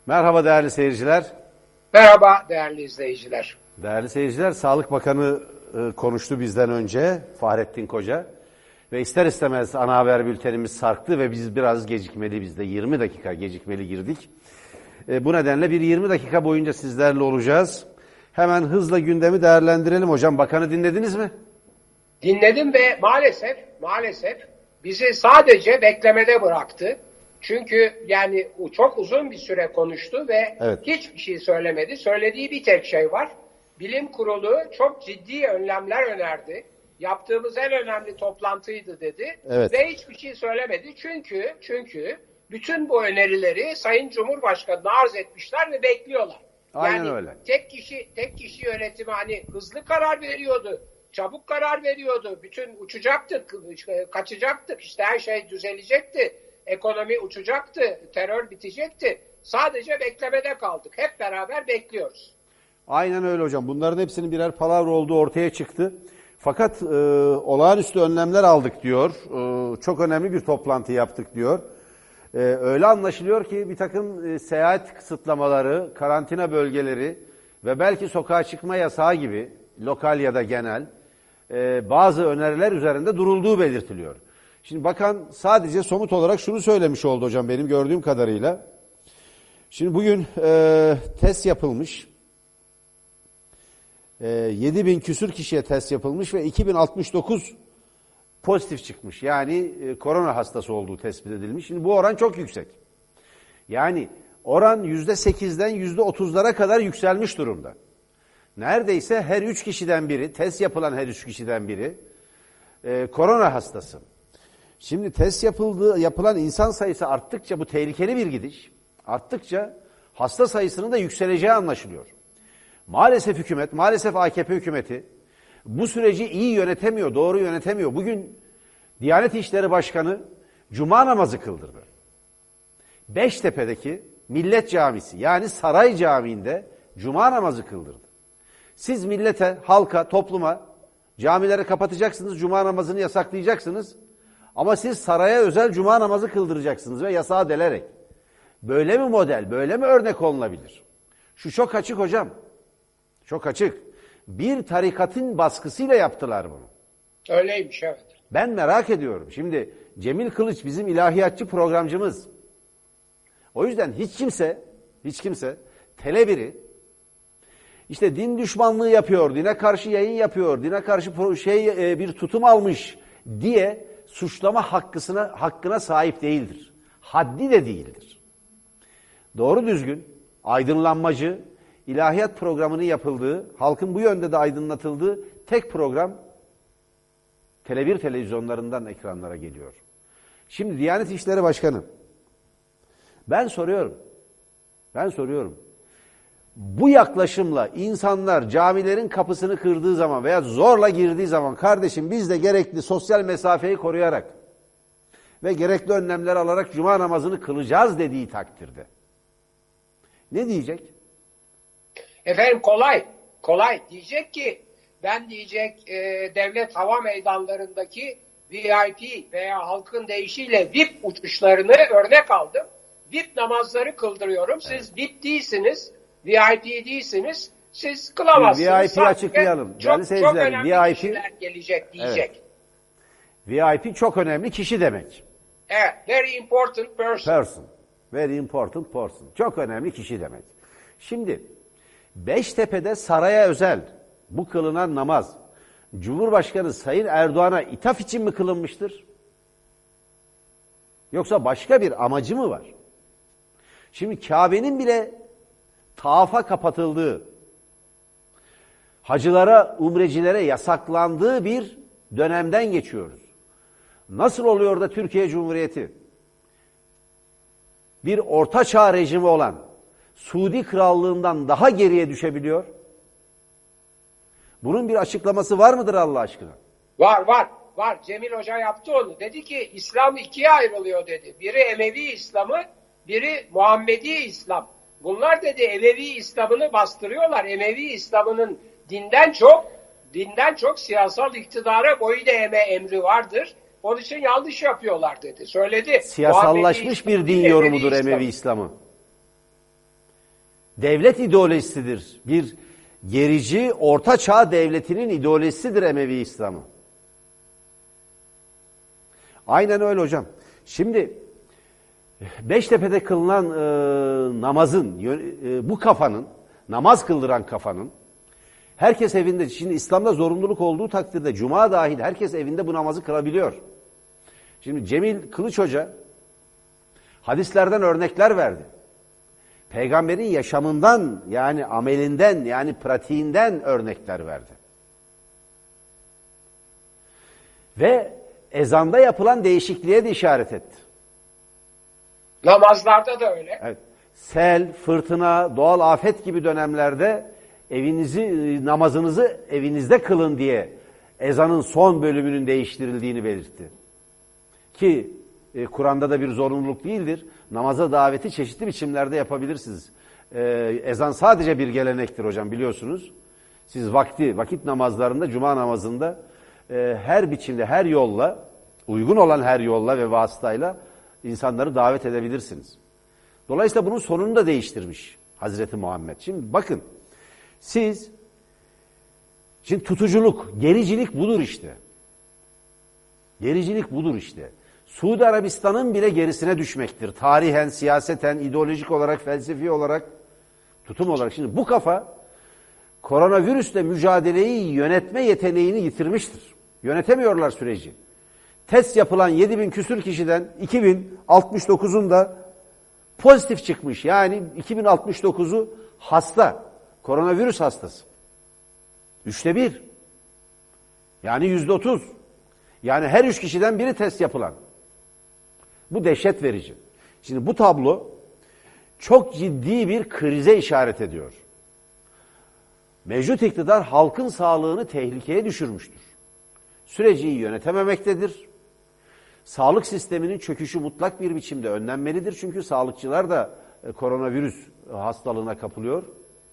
Merhaba değerli seyirciler. Merhaba değerli izleyiciler. Değerli seyirciler, Sağlık Bakanı konuştu bizden önce, Fahrettin Koca. Ve ister istemez ana haber bültenimiz sarktı ve biz biraz gecikmeli, biz de 20 dakika gecikmeli girdik. Bu nedenle bir 20 dakika boyunca sizlerle olacağız. Hemen hızla gündemi değerlendirelim. Hocam, bakanı dinlediniz mi? Dinledim ve maalesef bizi sadece beklemede bıraktı. Çünkü yani çok uzun bir süre konuştu ve hiçbir şey söylemedi. Söylediği bir tek şey var. Bilim Kurulu çok ciddi önlemler önerdi. Yaptığımız en önemli toplantıydı dedi. Evet. Ve hiçbir şey söylemedi. Çünkü bütün bu önerileri Sayın Cumhurbaşkanı'na arz etmişler ve bekliyorlar. Aynen yani öyle. Tek kişi yönetimi hani hızlı karar veriyordu. Çabuk karar veriyordu. Bütün uçacaktık, kaçacaktık. İşte her şey düzelecekti. Ekonomi uçacaktı. Terör bitecekti. Sadece beklemede kaldık. Hep beraber bekliyoruz. Aynen öyle hocam. Bunların hepsinin birer palavra olduğu ortaya çıktı. Fakat olağanüstü önlemler aldık diyor. Çok önemli bir toplantı yaptık diyor. Öyle anlaşılıyor ki bir takım seyahat kısıtlamaları, karantina bölgeleri ve belki sokağa çıkma yasağı gibi lokal ya da genel bazı öneriler üzerinde durulduğu belirtiliyor. Şimdi bakan sadece somut olarak şunu söylemiş oldu hocam benim gördüğüm kadarıyla. Şimdi bugün test yapılmış. 7.000 küsür kişiye test yapılmış ve 2069 pozitif çıkmış. Yani korona hastası olduğu tespit edilmiş. Şimdi bu oran çok yüksek. Yani oran %8'den %30'lara kadar yükselmiş durumda. Neredeyse her 3 kişiden biri, test yapılan her 3 kişiden biri korona hastası. Şimdi test yapılan insan sayısı arttıkça, bu tehlikeli bir gidiş, arttıkça hasta sayısının da yükseleceği anlaşılıyor. Maalesef hükümet, maalesef AKP hükümeti bu süreci iyi yönetemiyor, doğru yönetemiyor. Bugün Diyanet İşleri Başkanı Cuma namazı kıldırdı. Beştepe'deki Millet Camisi, yani Saray Camii'nde Cuma namazı kıldırdı. Siz millete, halka, topluma camileri kapatacaksınız, Cuma namazını yasaklayacaksınız. Ama siz saraya özel Cuma namazı kıldıracaksınız ve yasağı delerek. Böyle mi model, böyle mi örnek olunabilir? Şu çok açık hocam. Çok açık. Bir tarikatın baskısıyla yaptılar bunu. Öyleymiş, evet. Ben merak ediyorum. Şimdi Cemil Kılıç bizim ilahiyatçı programcımız. O yüzden hiç kimse Tele1'i işte din düşmanlığı yapıyor, dine karşı yayın yapıyor, dine karşı bir tutum almış diye suçlama hakkına sahip değildir. Haddi de değildir. Doğru düzgün, aydınlanmacı, ilahiyat programının yapıldığı, halkın bu yönde de aydınlatıldığı tek program Tele1 televizyonlarından ekranlara geliyor. Şimdi Diyanet İşleri Başkanı, ben soruyorum. Bu yaklaşımla insanlar camilerin kapısını kırdığı zaman veya zorla girdiği zaman, kardeşim biz de gerekli sosyal mesafeyi koruyarak ve gerekli önlemler alarak Cuma namazını kılacağız dediği takdirde ne diyecek? Efendim kolay diyecek ki ben devlet hava meydanlarındaki VIP veya halkın deyişiyle VIP uçuşlarını örnek aldım. VIP namazları kıldırıyorum. Siz VIP değilsiniz, VIP değilsiniz. Siz kılamazsınız. VIP'yi açıklayalım. Çok önemli kişiler gelecek diyecek. Evet. VIP çok önemli kişi demek. Evet, very important person. Very important person. Çok önemli kişi demek. Şimdi Beştepe'de saraya özel bu kılınan namaz Cumhurbaşkanı Sayın Erdoğan'a ithaf için mi kılınmıştır? Yoksa başka bir amacı mı var? Şimdi Kabe'nin bile tavafa kapatıldığı, hacılara, umrecilere yasaklandığı bir dönemden geçiyoruz. Nasıl oluyor da Türkiye Cumhuriyeti bir ortaçağ rejimi olan Suudi Krallığından daha geriye düşebiliyor? Bunun bir açıklaması var mıdır Allah aşkına? Var. Cemil Hoca yaptı onu. Dedi ki İslam ikiye ayrılıyor dedi. Biri Emevi İslamı, biri Muhammedi İslam. Bunlar dedi Emevi İslam'ını bastırıyorlar. Emevi İslam'ının dinden çok siyasal iktidara boyun eğme emri vardır. Onun için yanlış yapıyorlar dedi. Söyledi. Siyasallaşmış bir din yorumudur Emevi İslam'ı. devlet ideolojisidir. Bir gerici Orta Çağ devletinin ideolojisidir Emevi İslam'ı. Aynen öyle hocam. Şimdi Beştepe'de kılınan namazın, bu kafanın, namaz kıldıran kafanın, herkes evinde, şimdi İslam'da zorunluluk olduğu takdirde cuma dahil herkes evinde bu namazı kılabiliyor. Şimdi Cemil Kılıç Hoca hadislerden örnekler verdi. Peygamberin yaşamından, yani amelinden, yani pratiğinden örnekler verdi. Ve ezanda yapılan değişikliğe de işaret etti. Namazlarda da öyle. Evet. Sel, fırtına, doğal afet gibi dönemlerde namazınızı evinizde kılın diye ezanın son bölümünün değiştirildiğini belirtti. Ki Kur'an'da da bir zorunluluk değildir. Namaza daveti çeşitli biçimlerde yapabilirsiniz. Ezan sadece bir gelenektir hocam, biliyorsunuz. Siz vakit namazlarında, cuma namazında her biçimde, her yolla, uygun olan her yolla ve vasıtayla insanları davet edebilirsiniz. Dolayısıyla bunun sonunu da değiştirmiş Hazreti Muhammed. Şimdi bakın, şimdi tutuculuk, gericilik budur işte. Gericilik budur işte. Suudi Arabistan'ın bile gerisine düşmektir. Tarihen, siyaseten, ideolojik olarak, felsefi olarak, tutum olarak. Şimdi bu kafa koronavirüsle mücadeleyi yönetme yeteneğini yitirmiştir. Yönetemiyorlar süreci. Test yapılan 7000 küsür kişiden 2069'unda pozitif çıkmış. Yani 2069'u hasta. Koronavirüs hastası. 1/3. Yani %30. Yani her 3 kişiden biri test yapılan. Bu dehşet verici. Şimdi bu tablo çok ciddi bir krize işaret ediyor. Mevcut iktidar halkın sağlığını tehlikeye düşürmüştür. Süreci iyi yönetememektedir. Sağlık sisteminin çöküşü mutlak bir biçimde önlenmelidir. Çünkü sağlıkçılar da koronavirüs hastalığına kapılıyor.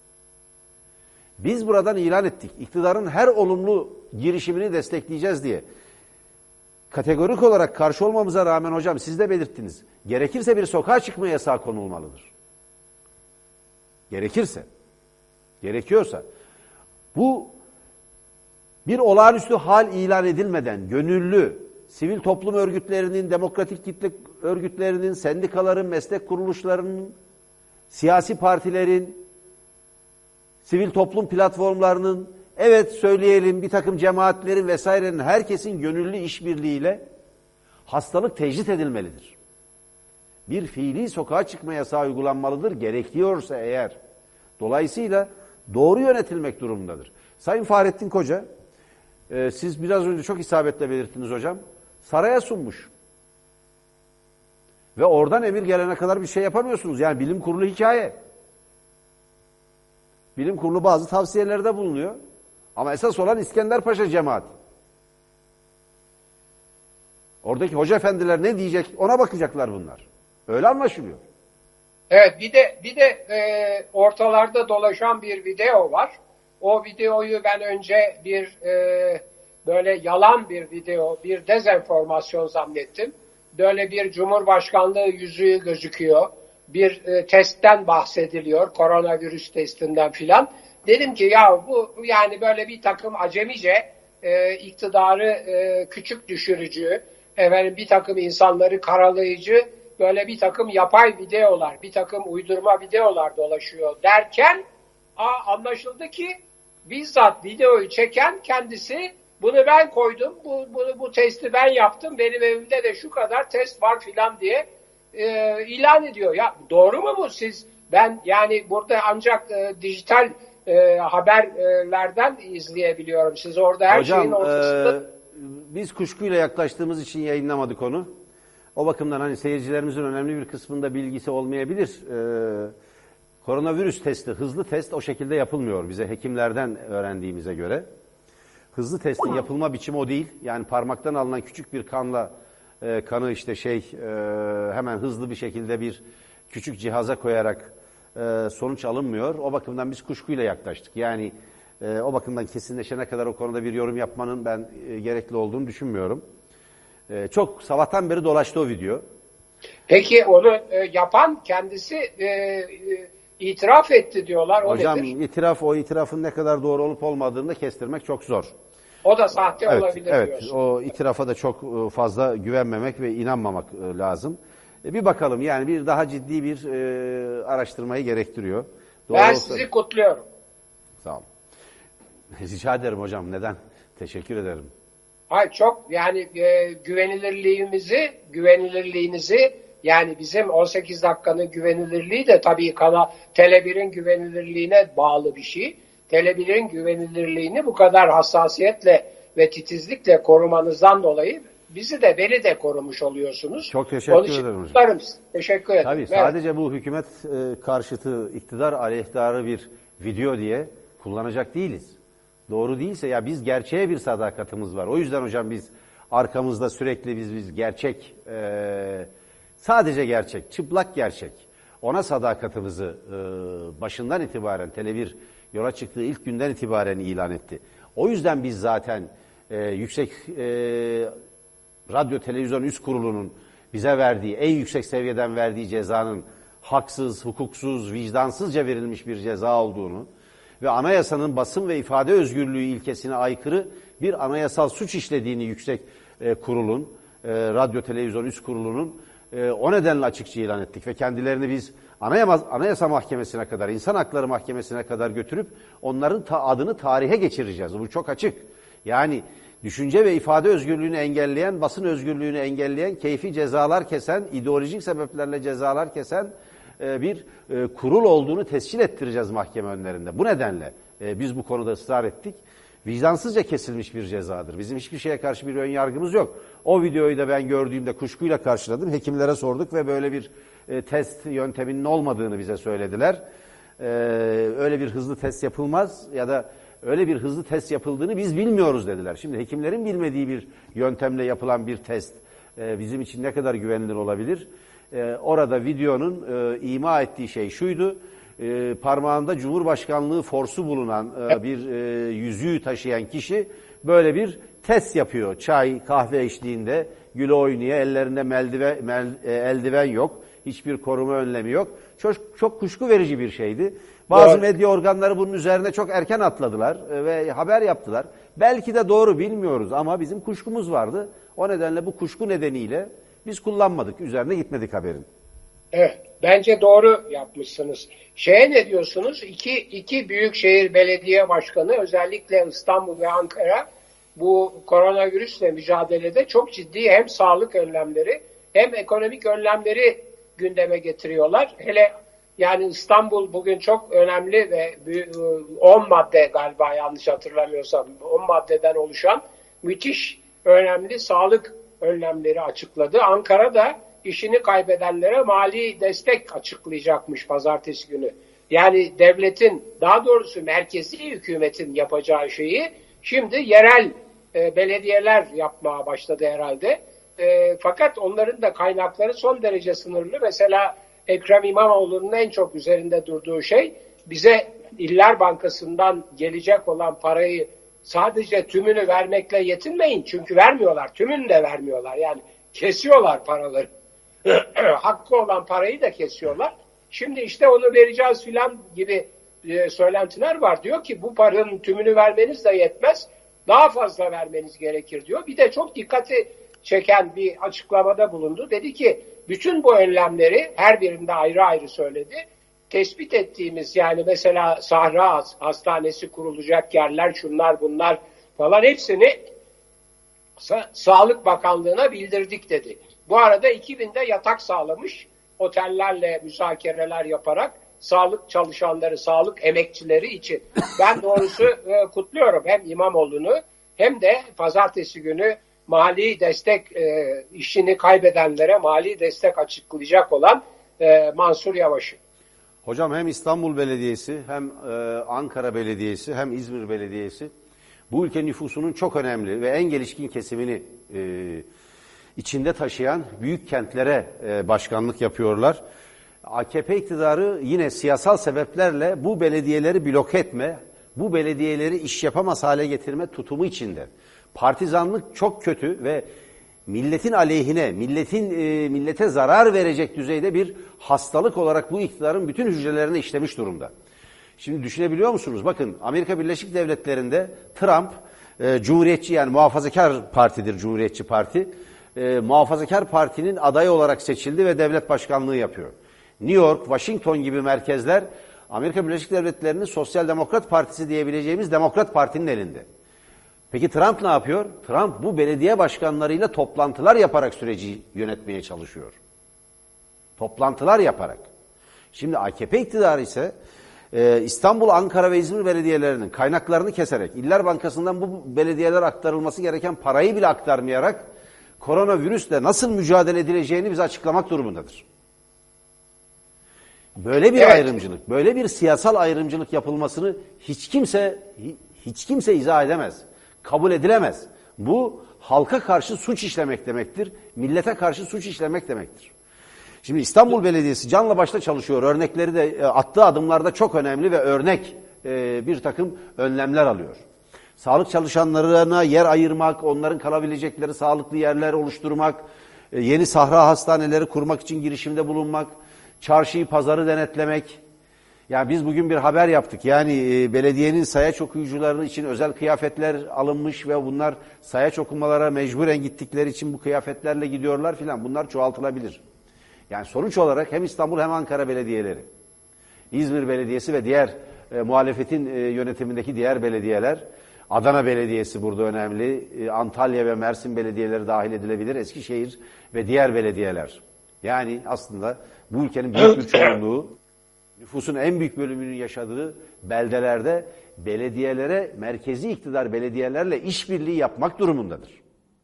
Biz buradan ilan ettik. İktidarın her olumlu girişimini destekleyeceğiz diye. Kategorik olarak karşı olmamıza rağmen hocam siz de belirttiniz. Gerekirse bir sokağa çıkma yasağı konulmalıdır. Gerekirse. Gerekiyorsa. Bu bir olağanüstü hal ilan edilmeden gönüllü, sivil toplum örgütlerinin, demokratik kitle örgütlerinin, sendikaların, meslek kuruluşlarının, siyasi partilerin, sivil toplum platformlarının, evet söyleyelim bir takım cemaatlerin vesairenin, herkesin gönüllü işbirliğiyle hastalık tecrit edilmelidir. Bir fiili sokağa çıkma yasağı uygulanmalıdır gerekiyorsa eğer. Dolayısıyla doğru yönetilmek durumundadır. Sayın Fahrettin Koca, siz biraz önce çok isabetle belirttiniz hocam, saraya sunmuş. Ve oradan emir gelene kadar bir şey yapamıyorsunuz. Yani bilim kurulu hikaye. Bilim kurulu bazı tavsiyelerde bulunuyor. Ama esas olan İskenderpaşa cemaati. Oradaki hoca efendiler ne diyecek ona bakacaklar bunlar. Öyle anlaşılıyor. Evet, bir de ortalarda dolaşan bir video var. O videoyu ben önce böyle yalan bir video, bir dezenformasyon zannettim. Böyle bir Cumhurbaşkanlığı yüzüğü gözüküyor. Bir testten bahsediliyor, koronavirüs testinden filan. Dedim ki ya bu yani böyle bir takım acemice iktidarı küçük düşürücü, bir takım insanları karalayıcı, böyle bir takım yapay videolar, bir takım uydurma videolar dolaşıyor derken anlaşıldı ki bizzat videoyu çeken kendisi, bunu ben koydum, bu testi ben yaptım, benim evimde de şu kadar test var filan diye ilan ediyor. Ya doğru mu bu ben yani burada ancak dijital haberlerden izleyebiliyorum. Siz orada her hocam, şeyin ortasında. Biz kuşkuyla yaklaştığımız için yayınlamadık onu. O bakımdan hani seyircilerimizin önemli bir kısmında bilgisi olmayabilir. Koronavirüs testi, hızlı test o şekilde yapılmıyor bize hekimlerden öğrendiğimize göre. Hızlı testin yapılma biçimi o değil. Yani parmaktan alınan küçük bir kanla kanı hemen hızlı bir şekilde bir küçük cihaza koyarak sonuç alınmıyor. O bakımdan biz kuşkuyla yaklaştık. Yani o bakımdan kesinleşene kadar o konuda bir yorum yapmanın ben gerekli olduğunu düşünmüyorum. Çok sabahtan beri dolaştı o video. Peki onu yapan kendisi itiraf etti diyorlar. O Hocam nedir? o itirafın ne kadar doğru olup olmadığını da kestirmek çok zor. O da sahte Evet, olabilir evet. diyorsun. O itirafa da çok fazla güvenmemek ve inanmamak lazım. Bir bakalım, yani bir daha ciddi bir araştırmayı gerektiriyor. Ben sizi kutluyorum. Sağ olun. Rica ederim hocam. Neden? Teşekkür ederim. Hayır, çok yani güvenilirliğinizi yani bizim 18 dakikanın güvenilirliği de tabii Tele1'in güvenilirliğine bağlı bir şey. Tele1'in güvenilirliğini bu kadar hassasiyetle ve titizlikle korumanızdan dolayı beni de korumuş oluyorsunuz. Çok teşekkür ederim hocam. Teşekkür ederim. Tabii sadece bu hükümet karşıtı, iktidar aleyhtarı bir video diye kullanacak değiliz. Doğru değilse ya biz gerçeğe bir sadakatimiz var. O yüzden hocam biz arkamızda sürekli biz gerçek, sadece gerçek, çıplak gerçek. Ona sadakatimizi başından itibaren Tele1 yola çıktığı ilk günden itibaren ilan etti. O yüzden biz zaten Yüksek Radyo Televizyon Üst Kurulu'nun bize verdiği, en yüksek seviyeden verdiği cezanın haksız, hukuksuz, vicdansızca verilmiş bir ceza olduğunu ve anayasanın basın ve ifade özgürlüğü ilkesine aykırı bir anayasal suç işlediğini yüksek kurulun, Radyo Televizyon Üst Kurulu'nun o nedenle açıkça ilan ettik ve kendilerini biz Anayasa Mahkemesi'ne kadar, İnsan Hakları Mahkemesi'ne kadar götürüp onların adını tarihe geçireceğiz. Bu çok açık. Yani düşünce ve ifade özgürlüğünü engelleyen, basın özgürlüğünü engelleyen, keyfi cezalar kesen, ideolojik sebeplerle cezalar kesen bir kurul olduğunu tescil ettireceğiz mahkeme önlerinde. Bu nedenle biz bu konuda ısrar ettik. Vicdansızca kesilmiş bir cezadır. Bizim hiçbir şeye karşı bir ön yargımız yok. O videoyu da ben gördüğümde kuşkuyla karşıladım. Hekimlere sorduk ve böyle bir test yönteminin olmadığını bize söylediler. Öyle bir hızlı test yapılmaz ya da öyle bir hızlı test yapıldığını biz bilmiyoruz dediler. Şimdi hekimlerin bilmediği bir yöntemle yapılan bir test bizim için ne kadar güvenilir olabilir? Orada videonun ima ettiği şey şuydu. Parmağında Cumhurbaşkanlığı forsu bulunan bir yüzüğü taşıyan kişi böyle bir test yapıyor. Çay, kahve eşliğinde güle oynaya, ellerinde eldiven yok. Hiçbir koruma önlemi yok. Çok kuşku verici bir şeydi. Bazı medya organları bunun üzerine çok erken atladılar ve haber yaptılar. Belki de doğru, bilmiyoruz ama bizim kuşkumuz vardı. O nedenle bu kuşku nedeniyle biz kullanmadık, üzerine gitmedik haberin. Evet, bence doğru yapmışsınız. Ne diyorsunuz? İki büyükşehir belediye başkanı, özellikle İstanbul ve Ankara, bu koronavirüsle mücadelede çok ciddi hem sağlık önlemleri hem ekonomik önlemleri gündeme getiriyorlar. Hele yani İstanbul bugün çok önemli ve 10 madde, galiba yanlış hatırlamıyorsam 10 maddeden oluşan müthiş önemli sağlık önlemleri açıkladı. Ankara da işini kaybedenlere mali destek açıklayacakmış pazartesi günü. Yani devletin, daha doğrusu merkezi hükümetin yapacağı şeyi şimdi yerel belediyeler yapmaya başladı herhalde. Fakat onların da kaynakları son derece sınırlı. Mesela Ekrem İmamoğlu'nun en çok üzerinde durduğu şey, bize İller Bankası'ndan gelecek olan parayı sadece tümünü vermekle yetinmeyin. Çünkü vermiyorlar, tümünü de vermiyorlar. Yani kesiyorlar paraları. Hakkı olan parayı da kesiyorlar. Şimdi işte onu vereceğiz filan gibi söylentiler var. Diyor ki bu paranın tümünü vermeniz de yetmez. Daha fazla vermeniz gerekir diyor. Bir de çok dikkati çeken bir açıklamada bulundu. Dedi ki bütün bu önlemleri her birinde ayrı ayrı söyledi. Tespit ettiğimiz, yani mesela Sahra Hastanesi kurulacak yerler, şunlar bunlar falan, hepsini Sağlık Bakanlığı'na bildirdik dedi. Bu arada 2000'de yatak sağlamış, otellerle müzakereler yaparak sağlık çalışanları, sağlık emekçileri için. Ben doğrusu kutluyorum hem İmamoğlu'nu hem de pazartesi günü mali destek, işini kaybedenlere mali destek açıklayacak olan Mansur Yavaş'ı. Hocam hem İstanbul Belediyesi hem Ankara Belediyesi hem İzmir Belediyesi bu ülke nüfusunun çok önemli ve en gelişkin kesimini içinde taşıyan büyük kentlere başkanlık yapıyorlar. AKP iktidarı yine siyasal sebeplerle bu belediyeleri bloke etme, bu belediyeleri iş yapamaz hale getirme tutumu içinde. Partizanlık çok kötü ve milletin aleyhine, millete zarar verecek düzeyde bir hastalık olarak bu iktidarın bütün hücrelerine işlemiş durumda. Şimdi düşünebiliyor musunuz? Bakın Amerika Birleşik Devletleri'nde Trump Cumhuriyetçi, yani muhafazakar partidir Cumhuriyetçi Parti. Muhafazakar Parti'nin adayı olarak seçildi ve devlet başkanlığı yapıyor. New York, Washington gibi merkezler Amerika Birleşik Devletleri'nin Sosyal Demokrat Partisi diyebileceğimiz Demokrat Parti'nin elinde. Peki Trump ne yapıyor? Trump bu belediye başkanlarıyla toplantılar yaparak süreci yönetmeye çalışıyor. Toplantılar yaparak. Şimdi AKP iktidarı ise İstanbul, Ankara ve İzmir belediyelerinin kaynaklarını keserek, İller Bankası'ndan bu belediyeler aktarılması gereken parayı bile aktarmayarak koronavirüsle nasıl mücadele edileceğini bize açıklamak durumundadır. Böyle bir ayrımcılık, böyle bir siyasal ayrımcılık yapılmasını hiç kimse izah edemez. Kabul edilemez. Bu halka karşı suç işlemek demektir. Millete karşı suç işlemek demektir. Şimdi İstanbul Belediyesi canla başla çalışıyor. Örnekleri de attığı adımlarda çok önemli ve örnek bir takım önlemler alıyor. Sağlık çalışanlarına yer ayırmak, onların kalabilecekleri sağlıklı yerler oluşturmak, yeni sahra hastaneleri kurmak için girişimde bulunmak, çarşıyı, pazarı denetlemek. Yani biz bugün bir haber yaptık. Yani belediyenin sayaç okuyucuları için özel kıyafetler alınmış ve bunlar sayaç okumalara mecburen gittikleri için bu kıyafetlerle gidiyorlar filan. Bunlar çoğaltılabilir. Yani sonuç olarak hem İstanbul hem Ankara belediyeleri, İzmir Belediyesi ve diğer muhalefetin yönetimindeki diğer belediyeler, Adana Belediyesi burada önemli, Antalya ve Mersin belediyeleri dahil edilebilir, Eskişehir ve diğer belediyeler. Yani aslında bu ülkenin büyük bir çoğunluğu, nüfusun en büyük bölümünün yaşadığı beldelerde belediyelere, merkezi iktidar belediyelerle işbirliği yapmak durumundadır.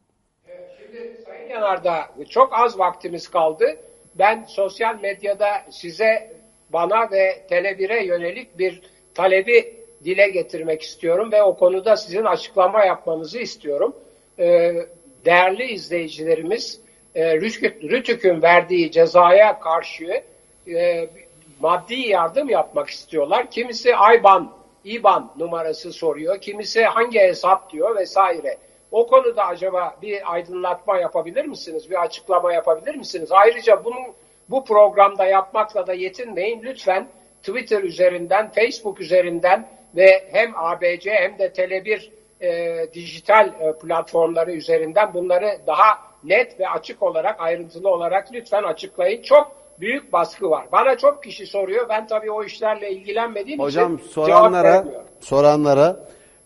Şimdi Sayın Yanardağ, çok az vaktimiz kaldı. Ben sosyal medyada bana ve Tele1'e yönelik bir talebi dile getirmek istiyorum ve o konuda sizin açıklama yapmanızı istiyorum. Değerli izleyicilerimiz, Rütük'ün verdiği cezaya karşı maddi yardım yapmak istiyorlar. Kimisi IBAN numarası soruyor, kimisi hangi hesap diyor vesaire. O konuda acaba bir aydınlatma yapabilir misiniz? Bir açıklama yapabilir misiniz? Ayrıca bu programda yapmakla da yetinmeyin. Lütfen Twitter üzerinden, Facebook üzerinden ve hem ABC hem de Tele1 dijital platformları üzerinden bunları daha net ve açık olarak, ayrıntılı olarak lütfen açıklayın. Çok büyük baskı var. Bana çok kişi soruyor. Ben tabii o işlerle ilgilenmediğim için cevap vermiyorum. Soranlara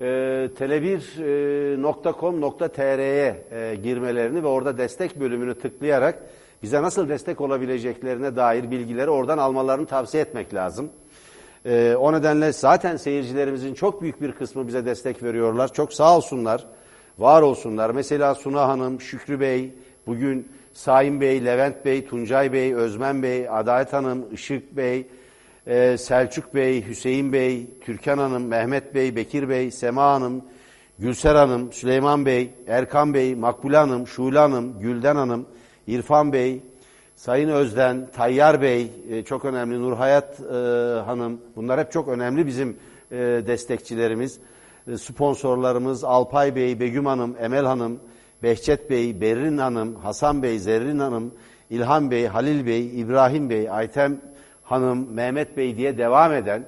tele1.com.tr'ye girmelerini ve orada destek bölümünü tıklayarak bize nasıl destek olabileceklerine dair bilgileri oradan almalarını tavsiye etmek lazım. O nedenle zaten seyircilerimizin çok büyük bir kısmı bize destek veriyorlar. Çok sağ olsunlar, var olsunlar. Mesela Suna Hanım, Şükrü Bey, bugün Saim Bey, Levent Bey, Tuncay Bey, Özmen Bey, Adalet Hanım, Işık Bey, Selçuk Bey, Hüseyin Bey, Türkan Hanım, Mehmet Bey, Bekir Bey, Sema Hanım, Gülser Hanım, Süleyman Bey, Erkan Bey, Makbule Hanım, Şule Hanım, Gülden Hanım, İrfan Bey, Sayın Özden, Tayyar Bey, çok önemli, Nurhayat Hanım, bunlar hep çok önemli bizim destekçilerimiz. Sponsorlarımız Alpay Bey, Begüm Hanım, Emel Hanım, Behçet Bey, Berrin Hanım, Hasan Bey, Zerrin Hanım, İlhan Bey, Halil Bey, İbrahim Bey, Aytem Hanım, Mehmet Bey diye devam eden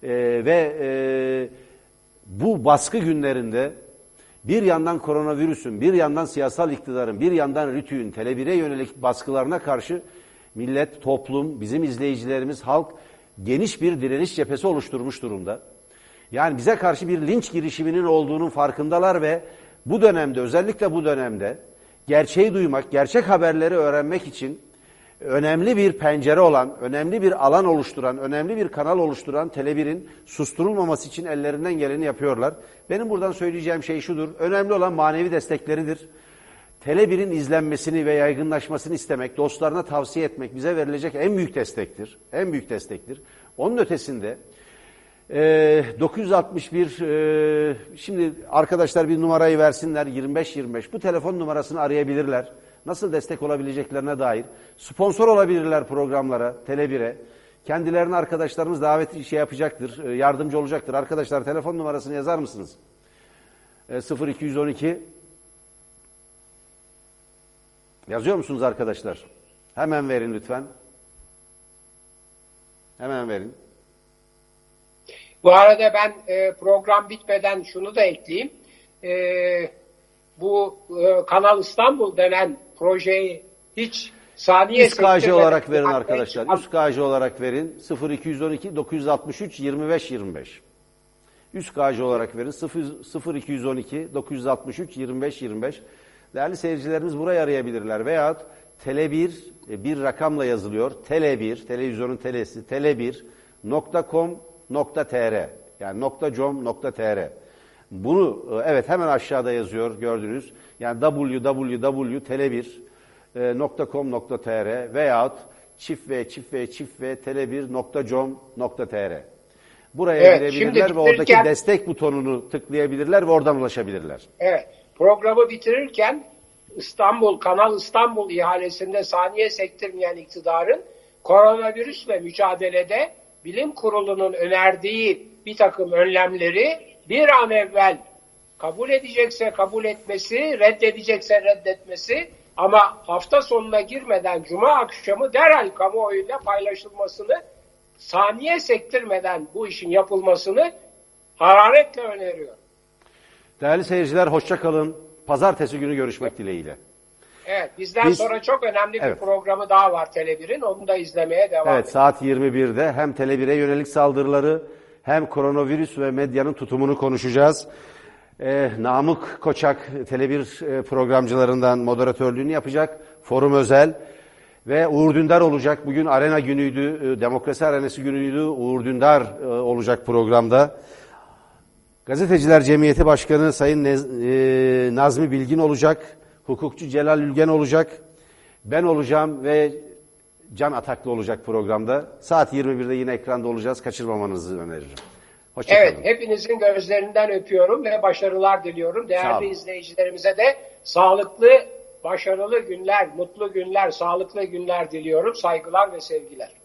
bu baskı günlerinde bir yandan koronavirüsün, bir yandan siyasal iktidarın, bir yandan Rütük'ün Tele1'e yönelik baskılarına karşı millet, toplum, bizim izleyicilerimiz, halk geniş bir direniş cephesi oluşturmuş durumda. Yani bize karşı bir linç girişiminin olduğunun farkındalar ve bu dönemde, özellikle bu dönemde gerçeği duymak, gerçek haberleri öğrenmek için önemli bir pencere olan, önemli bir alan oluşturan, önemli bir kanal oluşturan Tele1'in susturulmaması için ellerinden geleni yapıyorlar. Benim buradan söyleyeceğim şey şudur, önemli olan manevi destekleridir. Tele1'in izlenmesini ve yaygınlaşmasını istemek, dostlarına tavsiye etmek bize verilecek en büyük destektir. En büyük destektir. Onun ötesinde 961 şimdi arkadaşlar bir numarayı versinler 2525 bu telefon numarasını arayabilirler. Nasıl destek olabileceklerine dair sponsor olabilirler programlara, Tele1'e. Kendilerine arkadaşlarımız davet yapacaktır, yardımcı olacaktır. Arkadaşlar telefon numarasını yazar mısınız? 0212 Yazıyor musunuz arkadaşlar? Hemen verin lütfen. Hemen verin. Bu arada ben program bitmeden şunu da ekleyeyim. Bu Kanal İstanbul denen projeyi hiç saniye Üst KJ olarak verin sektirmeden- arkadaşlar. Üst KJ olarak verin. 0212 963 25 25. Üst KJ olarak verin. 0212 963 25 25. Değerli seyircilerimiz burayı arayabilirler. Veyahut Tele1 bir rakamla yazılıyor. Tele1, televizyonun telesi, tele1.com.tr yani .com.tr. Bunu evet hemen aşağıda yazıyor gördünüz. Yani www.tele1.com.tr veyahut çift ve tele1.com.tr. Buraya girebilirler ve oradaki destek butonunu tıklayabilirler ve oradan ulaşabilirler. Evet. Programı bitirirken Kanal İstanbul ihalesinde saniye sektirmeyen iktidarın koronavirüsle mücadelede bilim kurulunun önerdiği bir takım önlemleri bir an evvel kabul edecekse kabul etmesi, reddedecekse reddetmesi ama hafta sonuna girmeden Cuma akşamı derhal kamuoyuyla paylaşılmasını, saniye sektirmeden bu işin yapılmasını hararetle öneriyor. Değerli seyirciler hoşça kalın. Pazartesi günü görüşmek dileğiyle. Evet, bizden sonra çok önemli bir programı daha var Tele1'in. Onu da izlemeye devam edin. Evet, saat 21'de hem Tele1'e yönelik saldırıları hem koronavirüs ve medyanın tutumunu konuşacağız. Namık Koçak Tele1 programcılarından moderatörlüğünü yapacak. Forum özel ve Uğur Dündar olacak. Bugün arena günüydü, demokrasi arenası günüydü. Uğur Dündar olacak programda. Gazeteciler Cemiyeti Başkanı Sayın Nazmi Bilgin olacak. Hukukçu Celal Ülgen olacak. Ben olacağım ve Can Ataklı olacak programda. Saat 21'de yine ekranda olacağız. Kaçırmamanızı öneririm. Hoşça Evet, kalın. hepinizin gözlerinden öpüyorum ve başarılar diliyorum. Değerli izleyicilerimize de sağlıklı, başarılı günler, mutlu günler, sağlıklı günler diliyorum. Saygılar ve sevgiler.